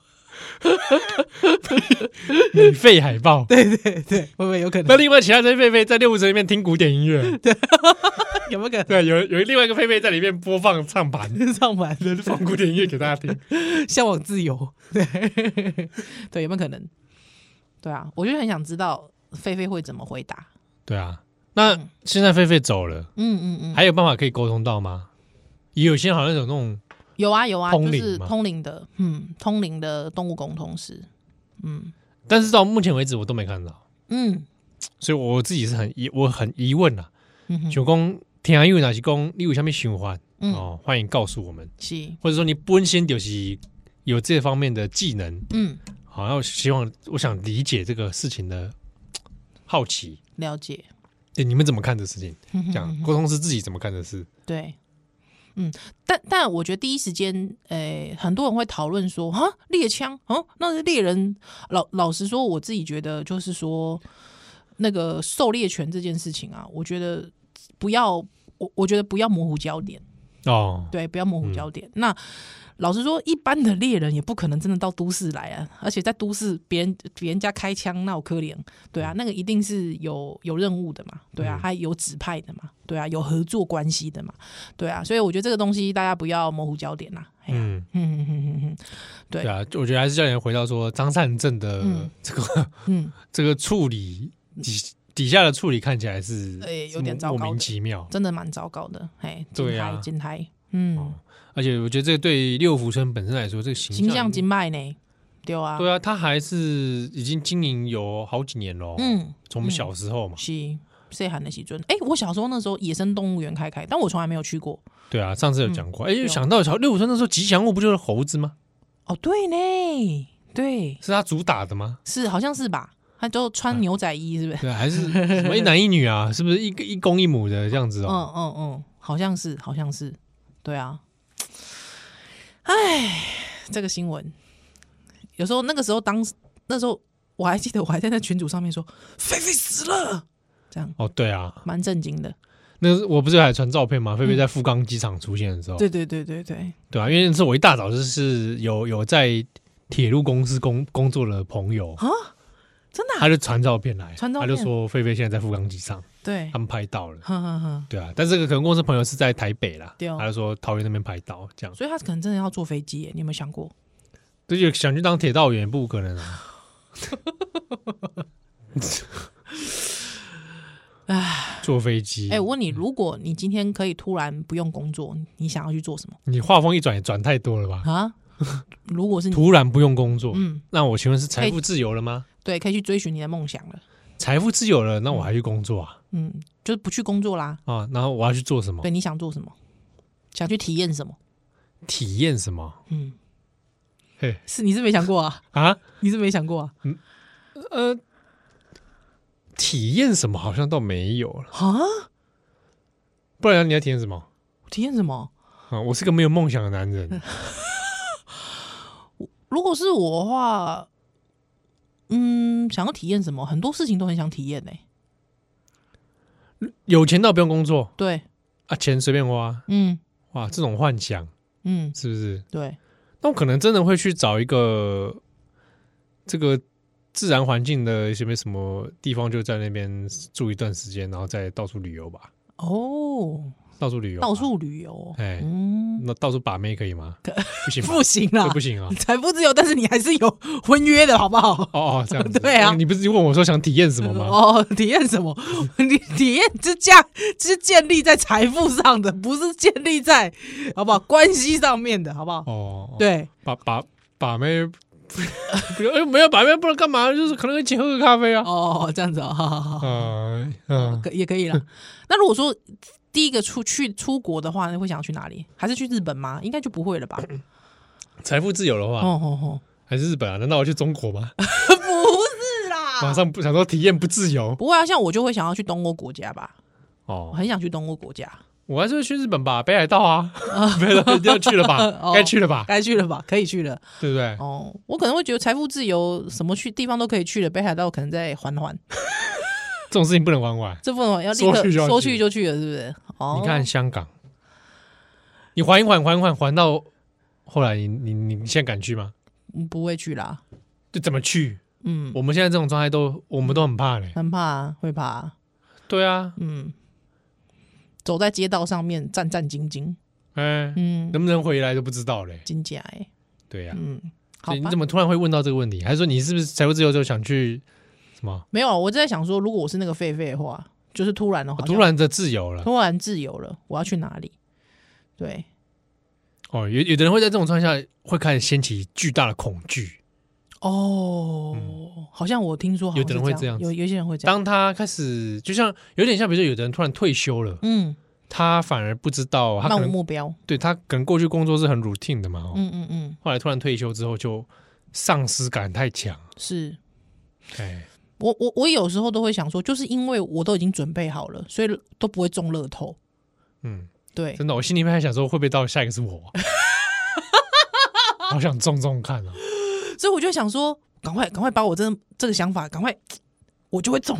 免费海报。 对对对，会不会有可能？ 那另外其他这些狒狒在六五城里面听古典音乐，对， 有没有可能？ 对，有有另外一个狒狒在里面播放唱盘， 唱盘放古典音乐给大家听， 向往自由。对对，有没有可能？对啊，我就很想知道狒狒会怎么回答。 对啊。那现在狒狒走了，嗯嗯嗯，还有办法可以沟通到吗？也有些好像有那种有啊有啊，就是通灵的，嗯，通灵的动物沟通师，嗯， 但是到目前为止我都没看到，嗯，所以我自己是很疑，我很疑问啦，嗯，就讲听友哪是讲你有什么想法哦，欢迎告诉我们，是，或者说你本身就是有这方面的技能，嗯，好，要希望我想理解这个事情的好奇， 了解。 欸、你们怎么看这事情？讲沟通师自己怎么看这事？ 对，嗯，但但我觉得第一时间，诶、欸，很多人会讨论说，啊，猎枪，哦，那是猎人。老老实说，我自己觉得就是说，那个狩猎权这件事情啊，我觉得不要，我我觉得不要模糊焦点哦，对，不要模糊焦点。嗯、那老实说，一般的猎人也不可能真的到都市来啊，而且在都市别人别人家开枪，那我可怜，对啊，那个一定是有有任务的嘛，对啊，还有指派的嘛，对啊，有合作关系的嘛，对啊，所以我觉得这个东西大家不要模糊焦点啦。嗯嗯嗯嗯嗯，对对啊，我觉得还是叫人回到说张善政的这个嗯这个处理底底下的处理看起来是诶有点糟糕， 莫名其妙， 真的蛮糟糕的，哎， 对啊， 金台嗯。哦， 而且我觉得这对六福村本身来说，这个形象形象经脉呢，对啊， 对啊，他还是已经经营有好几年了，嗯，从我们小时候嘛， 是谁喊的时阵？哎，我小时候那时候野生动物园开开，但我从来没有去过。 对啊，上次有讲过，哎、嗯，想到六福村那时候吉祥物不就是猴子吗？ 哦，对呢，对， 是他主打的吗？ 是，好像是吧？他就穿牛仔衣，是不是？ 对，还是什么一男一女啊？是不是一个一公一母的这样子哦？嗯嗯嗯，好像是，好像是，对啊。哎，这个新闻有时候那个时候当那时候我还记得我还在那群组上面说狒狒死了，这样哦，对啊， 蛮震惊的。 那我不是还传照片吗？狒狒在富冈机场出现的时候， 对对对对对对啊，因为是我一大早就是有有在铁路公司工工作的朋友啊， 真的、啊， 他就传照片来， 传照片他就说狒狒现在在富冈机场。 对， 他们拍到了， 呵呵呵对啊，但这个可能公司朋友是在台北啦，他就说桃园那边拍到这样， 所以他可能真的要坐飞机耶，你有没有想过？ 这就想去当铁道员，不可能啊！哎，坐飞机， 哎、欸，我问你，如果你今天可以突然不用工作，你想要去做什么？ 你话锋一转也转太多了吧？ 啊，如果是你突然不用工作，嗯，那我请问是财富自由了吗？ 对，可以去追寻你的梦想了。 财富自由了，那我还去工作啊？ 嗯，就是不去工作啦。 啊，然后我要去做什么？ 对，你想做什么？想去体验什么？ 体验什么？嗯， 嘿，是你是没想过啊？啊，你是没想过啊？嗯， 呃，体验什么好像倒没有了啊。不然你要体验什么？ 体验什么？ 啊，我是个没有梦想的男人。 如果是我的话。嗯，想要体验什么？很多事情都很想体验呢、 欸。有钱到不用工作， 对啊，钱随便花，嗯，哇，这种幻想，嗯，是不是？ 对， 那我可能真的会去找一个这个自然环境的什么什么地方，就在那边住一段时间，然后再到处旅游吧。 哦， 到处旅游， 到处旅游， 哎，嗯，那到处把妹可以吗？不行， 不行啦， 不行啊！ 财富自由，但是你还是有婚约的好不好？ 哦哦，这样子， 对啊， 你不是问我说想体验什么吗？ 哦，体验什么？你体验是架是建立在财富上的，不是建立在好不好关系上面的，好不好？哦，对， 把把把妹。哎，没有把妹不能干嘛？就是可能一起喝个咖啡啊。 哦，这样子啊，好好好，嗯嗯，可也可以了。那如果说第一个出去出国的话，会想要去哪里？还是去日本吗？应该就不会了吧？ 财富自由的话，哦哦哦，还是日本啊？难道我去中国吗？ 不是啦， 马上不想说体验不自由。 不会啊，像我就会想要去东欧国家吧。哦，很想去东欧国家。 我还是会去日本吧，北海道啊，北海道一定要去了吧，该去了吧， 该去了吧，可以去了， 对不对？ 哦，我可能会觉得财富自由，什么去地方都可以去了，北海道可能再缓缓。 这种事情不能玩玩， 这不能玩，要立刻说去就去了，是不是？ 哦，你看香港，你缓一缓，缓一缓，缓到后来你，你你你现在敢去吗？ 不会去啦， 就怎么去？嗯，我们现在这种状态都，我们都很怕嘞， 很怕，会怕。 对啊，嗯。 走在街道上面战战兢兢， 哎，嗯，能不能回来都不知道嘞， 真假哎， 对呀，嗯，好，你怎么突然会问到这个问题？还是说你是不是财富自由之后想去什么？ 没有，我在想说，如果我是那个狒狒的话，就是突然的话， 突然的自由了， 突然自由了，我要去哪里？对， 哦，有有的人会在这种状态下会开始掀起巨大的恐惧。 哦，嗯、好像我听说好像有的人会这样， 有有些人会这样。 当他开始，就像有点像，比如说有的人突然退休了，嗯，他反而不知道他漫无目标， 对他可能过去工作是很 routine 的嘛，哦、嗯嗯嗯，后来突然退休之后就丧失感太强， 是，哎，我我我有时候都会想说，就是因为我都已经准备好了，所以都不会中乐透。嗯，对， 真的，我心里面还想说，会不会到下一个是我？好想中中看啊！ 所以我就想说，赶快赶快把我这这个想法，赶快我就会中，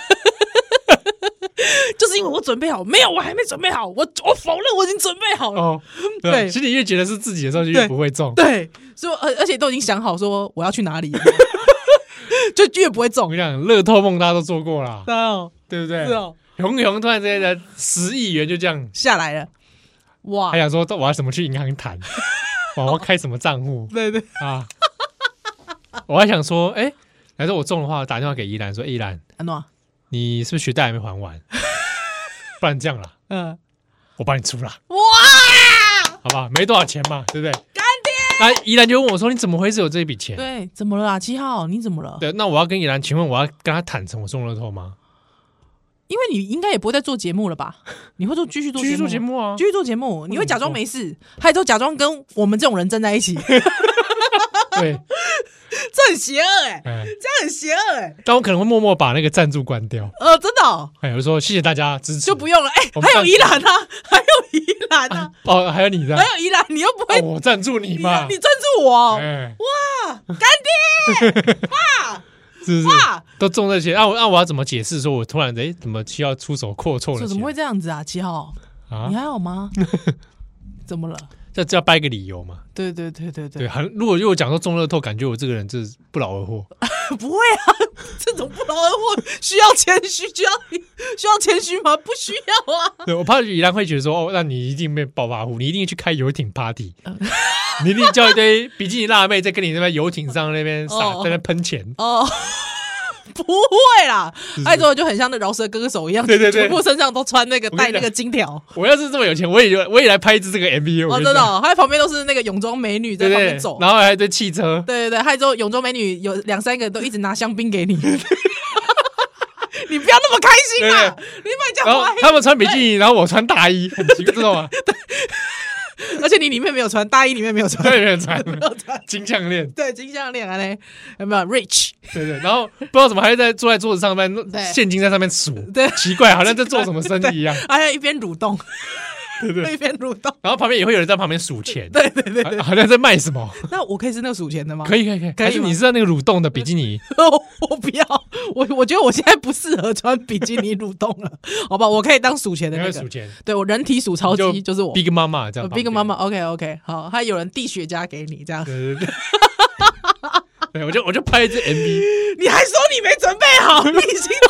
就是因为我准备好，没有我还没准备好，我我否认我已经准备好了。哦， 对，对心里越觉得是自己的时候，就越不会中。 对，所以而而且都已经想好说我要去哪里，就越不会中。 我跟你讲，乐透梦大家都做过啦， 哦、 对不对？ 是哦， 熊熊突然之间的十亿元就这样下来了，哇！ 还想说我要怎么去银行谈，我要开什么账户？ 对对啊。我还想说，哎、欸，来说我中的话，打电话给依兰说，依兰，你是不是学贷还没还完？不然这样啦，嗯，我帮你出啦，哇，好不好？没多少钱嘛，对不对？ 干爹， 那依兰就问我说，你怎么会是有这一笔钱？ 对，怎么了啊？七号，你怎么了？ 对，那我要跟依兰，请问我要跟他坦诚我中乐透吗？ 因为你应该也不会再做节目了吧？你会做继续做继续做节目啊？ 继续做节目，你会假装没事，还都假装跟我们这种人站在一起。 对， 这很邪恶哎、欸，欸、这样很邪恶哎、欸。 但我可能会默默把那个赞助关掉。 呃，真的、哦。 哎，我说谢谢大家支持， 就不用了。哎、欸，还有宜兰啊，还有宜兰啊。 哦，还有你的， 还有宜兰，你又不会， 哦、我赞助你嘛？ 你, 你赞助我、欸，哇，干爹，哇， 是不是？都中这些，那、啊、我那、啊、我要怎么解释？说我突然哎，怎么七号出手阔绰了？ 怎么会这样子啊？七号，啊、你还好吗？怎么了？ 这这要掰个理由嘛？ 对对对对对， 对，很如果如果讲说中乐透，感觉我这个人就是不劳而获。 不会啊，这种不劳而获需要谦虚，需要需要谦虚吗？不需要啊。 对，我怕依然会觉得说，哦，那你一定变暴发户，你一定去开游艇 party，、嗯、你一定叫一堆比基尼辣妹在跟你那边游艇上那边撒、哦、在那边喷钱哦。 不会啦，爱做的就很像那饶舌歌手一样， 对对对， 全部身上都穿那个带那个金条。 我要是这么有钱，我也我也来拍一支这个 M V。 哦，真的、哦，他在旁边都是那个泳装美女在旁边走， 对对，然后还有一堆汽车。 对对对，还有泳装美女有两三个都一直拿香槟给你。你不要那么开心啊！对对你买这样， 他们穿比基尼，然后我穿大衣，很奇怪，知道吗？对。 而且你里面没有穿大衣，里面没有穿， 对，没有穿，没有穿金项链， 对，金项链啊嘞，有没有 rich？ 对对，然后不知道怎么还在坐在桌子上面，现金在上面数，对，奇怪，好像在做什么生意一样， 还有一边蠕动， 对对， 一边蠕动， 然后旁边也会有人在旁边数钱， 对对对对， 好像在卖什么？ 那我可以是那个数钱的吗？ 可以可以可以，可以。你是在那个蠕动的比基尼？ 我不要，我我觉得我现在不适合穿比基尼蠕动了，好吧？我可以当数钱的那个， 数钱， 对我人体数钞机就是我 Big Mama 这样 ，Big Mama，OK OK， 好，还有人递雪茄给你这样， 对对对。对，我就我就拍一支 M V， 你还说你没准备好，你已经准备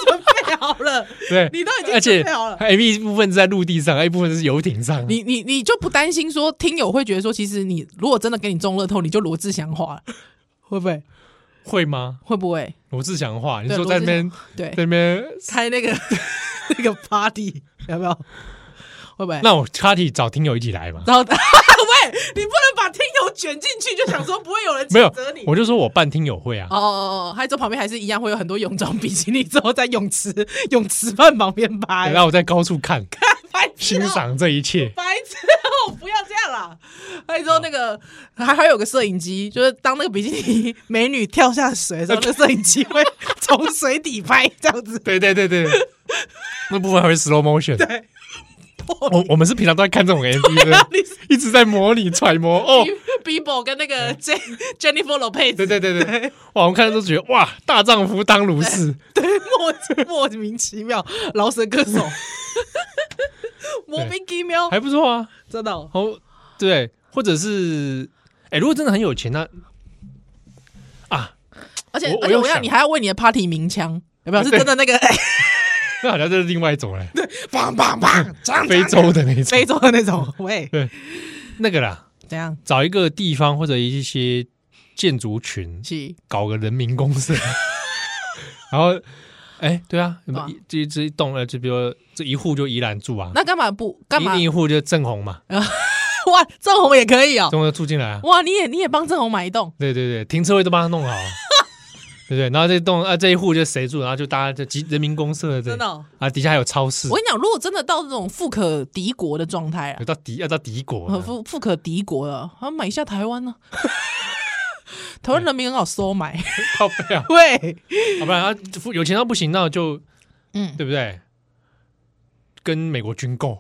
备好了， 对， 你都已经准备好了。 M V 一部分是在陆地上，一部分是游艇上。 你你你就不担心说听友会觉得说，其实你如果真的给你中乐透，你就罗志祥化，会不会？ 会吗？ 会不会？ 罗志祥化？你说在那边对在那边开那个那个 party 有没有？会不会？ 那我 party 找听友一起来嘛？ 然后喂，你不能把听友卷进去，就想说不会有人谴责你。 没有，我就说我办听友会啊。 哦哦哦，还有旁边还是一样会有很多泳装比基尼，之后在泳池泳池畔旁边拍， 然后我在高处看， 看白痴、 欣赏这一切。 白痴哦，不要这样啦！还有之后那个还还有个摄影机，就是当那个比基尼美女跳下水的时候，那个摄影机会从水底拍这样子。 对对对对，那部分还会 slow motion。 对。 我我们是平常都在看这种 M V 的，一直在模拟揣摩哦 ，Bieber 跟那个 Jennifer Lopez， 对对对对，哇，我们看都觉得哇，大丈夫当如是， 对，莫莫名其妙，饶舌歌手，莫名其妙， 还不错啊， 真的哦， 对，或者是，哎，如果真的很有钱，那啊， 而且而且我要你还要为你的 party 鸣枪，有没有？是真的那个。 那好像就是另外一种嘞， 对，棒棒棒， 非洲的那种， 非洲的那种，喂， 对，那个啦， 怎样？ 找一个地方或者一些建筑群，搞个人民公社，然后，哎，对啊，这这一栋呃，就比如这一户就宜兰住啊， 那干嘛不干嘛？ 另一户就正红嘛， 哇，正红也可以哦， 正红住进来啊， 哇，你也你也帮正红买一栋， 对对对，停车位都帮他弄好。对对，然后这栋啊这一户就谁住，然后就大家就集人民公社的， 真的、哦、 啊，底下还有超市。 我跟你讲，如果真的到这种富可敌国的状态啊， 到敌要到敌国， 富富可敌国了，好买一下台湾呢、啊，台湾人民很好收买， 靠背啊， 对， 要不然他有钱到不行，那就嗯， 对不对？跟美国军购。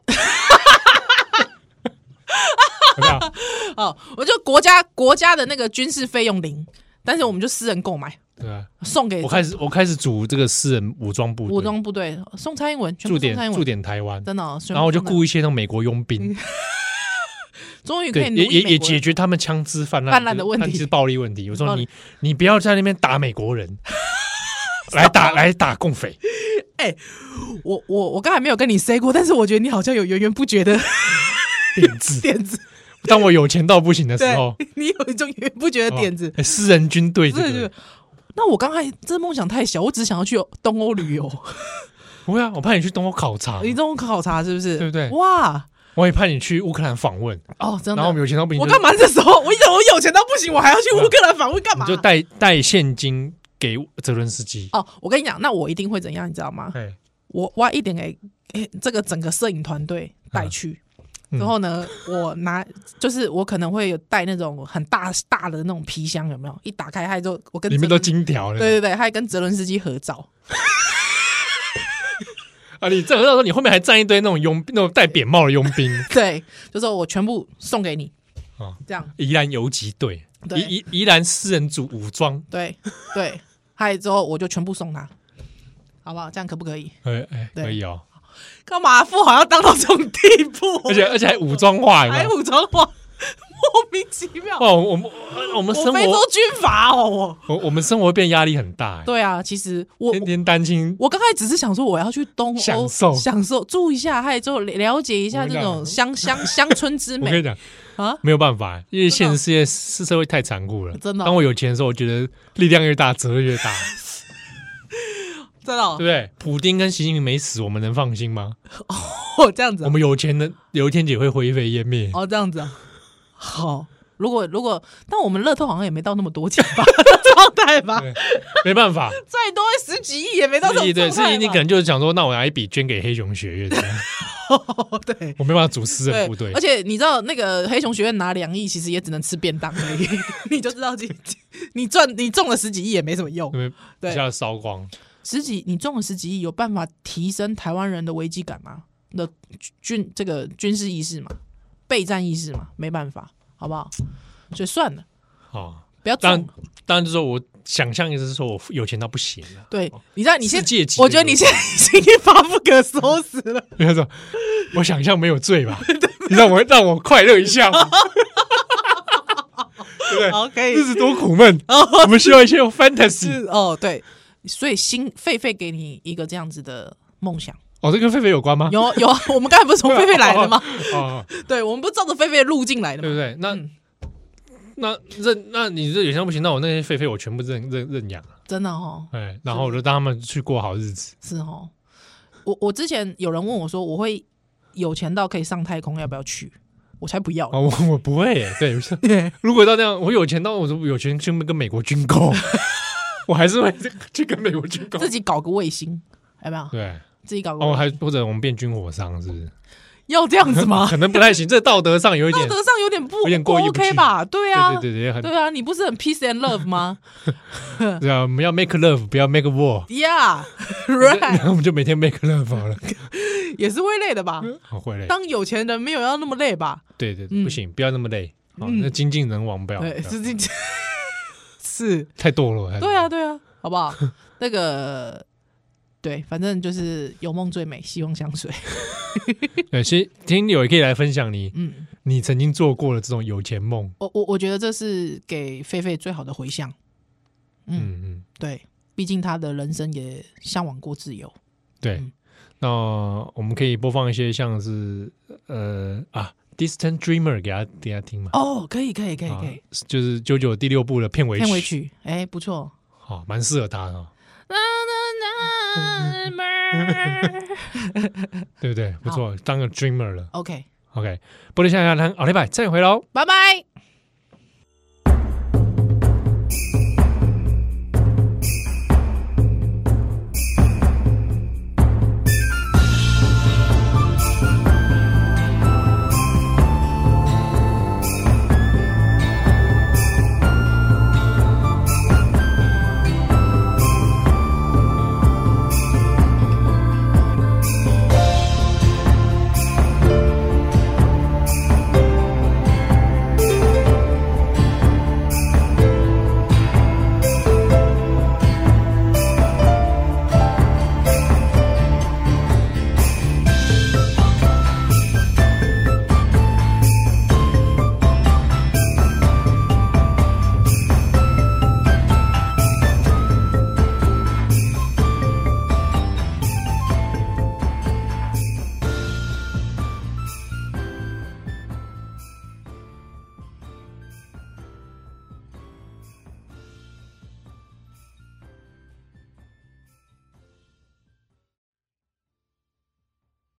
有没有？ 哦，我就国家国家的那个军事费用零，但是我们就私人购买。 对啊， 送给我开始，我开始组这个私人武装部队， 武装部队送蔡英文，驻点驻点台湾， 真的、哦。 然后我就雇一些那种美国佣兵， 终于可以也也也解决他们枪支泛滥泛滥的问题， 是暴力问题。我说你你不要在那边打美国人，来打来打共匪。 哎、欸，我我我刚才没有跟你 say 过，但是我觉得你好像有源源不绝的点子点子。 当我有钱到不行的时候， 你有一种源源不绝的点子， 欸、私人军队这个。 那我刚才这梦想太小，我只想要去东欧旅游。 不会啊，我派你去东欧考察， 你东欧考察是不是？ 对不对？ 哇！ 我也派你去乌克兰访问哦，真的。 然后我们有钱到不行， 我干嘛这时候？我有我有钱到不行，我还要去乌克兰访问干嘛？ 你就带带现金给泽伦斯基。 哦，我跟你讲，那我一定会怎样，你知道吗？我挖一点给这个整个摄影团队带去。然后呢，我拿就是我可能会有带那种很大大的那种皮箱，有没有？一打开，还就我跟里面都金条了。 对对对，还跟泽伦斯基合照。 啊，你这合照的时候，你后面还站一堆那种佣那种戴扁帽的佣兵。 对，就说我全部送给你。哦，这样。 宜兰游击队，宜宜宜兰私人组武装。 对对，还有之后我就全部送他，好不好？这样可不可以？ 哎哎，可以哦。 干嘛富豪要当到这种地步？ 而且而且还武装化， 还武装化，莫名其妙。 哦，我们我们生活非洲军阀哦， 我我们生活变压力很大。 对啊，其实我天天担心。 我刚才只是想说，我要去东欧享受享受住一下，还有之后了解一下这种乡乡乡村之美。 我跟你讲啊，没有办法，因为现实世界是社会太残酷了。 真的， 当我有钱的时候，我觉得力量越大，责任越大。 真的、哦， 对不对？普丁跟习近平没死，我们能放心吗？ 哦，这样子、啊， 我们有钱的有一天也会灰飞烟灭。 哦，这样子啊。好，如果如果，但我们乐透好像也没到那么多钱吧，状态吧， 没办法， 再多十几亿也没到这种状态吧。 对，十几亿你可能就是想说，那我拿一笔捐给黑熊学院。 哦，对， 我没办法组私人部队。 而且你知道，那个黑熊学院拿两亿，其实也只能吃便当而已，你就知道你你赚你中了十几亿也没什么用， 对，一下烧光。 十几，你中了十几亿，有办法提升台湾人的危机感吗？的军这个军事意识嘛，备战意识嘛，没办法，好不好？所以算了， 哦， 不要中。 当然，当然就是说我想象意思是说我有钱到不行了。 对，你知道你现在， 我觉得你现在已经发不可收拾了。 你说，我想象没有罪吧？你让我让我快乐一下嘛。对不对？ 好，可以。 日子多苦闷，我们需要一些 fantasy。 哦，对。 所以心狒狒给你一个这样子的梦想。 哦，这跟狒狒有关吗？ 有有，我们刚才不是从狒狒来的吗？哦，对，我们不是照着狒狒的路进来的吗？ 对不对？那、嗯、那认那你这有些不行，那我那些狒狒我全部认认认养了， 真的哦。 哎，然后我就让他们去过好日子。 是哦，我我之前有人问我说，我会有钱到可以上太空，要不要去？我才不要、 哦、我我不会耶。对，如果到那样，我有钱到我说有钱去跟美国军购，我还是会去跟美国军购， 自己搞个卫星，有没有？ 对。 自己搞个哦，还或者我们变军火商是不是？ 要这样子吗？ 可能不太行，这道德上有一点， 道德上有点不有点过意不去 OK 吧？对啊， 对对对， 对啊，你不是很 peace and love 吗？ 对啊，我们要 make love， 不要 make war。Yeah， right。 我们就每天 make love 好了， 也是会累的吧？ 会累。 当有钱人没有要那么累吧？ 对对，不行，不要那么累。好，那精尽人亡，不要。 对，是是太堕落。 对啊，对啊，好不好？那个。对，反正就是有梦最美，希望相随。 对，其实听友也可以来分享你，嗯，你曾经做过的这种有钱梦。 我我我觉得这是给狒狒最好的回响。嗯嗯嗯，对，毕竟他的人生也向往过自由。 对，嗯、那我们可以播放一些像是呃啊，Distant Dreamer 给他给他听嘛。 哦，可以可以可以可以， 就是九九第六部的片尾曲。 片尾曲，哎，不错， 好，蛮适合他的。对不对？不错，当个 dreamer 了。 OK OK，玻璃下下谈，奥利拜，再回喽， 拜拜。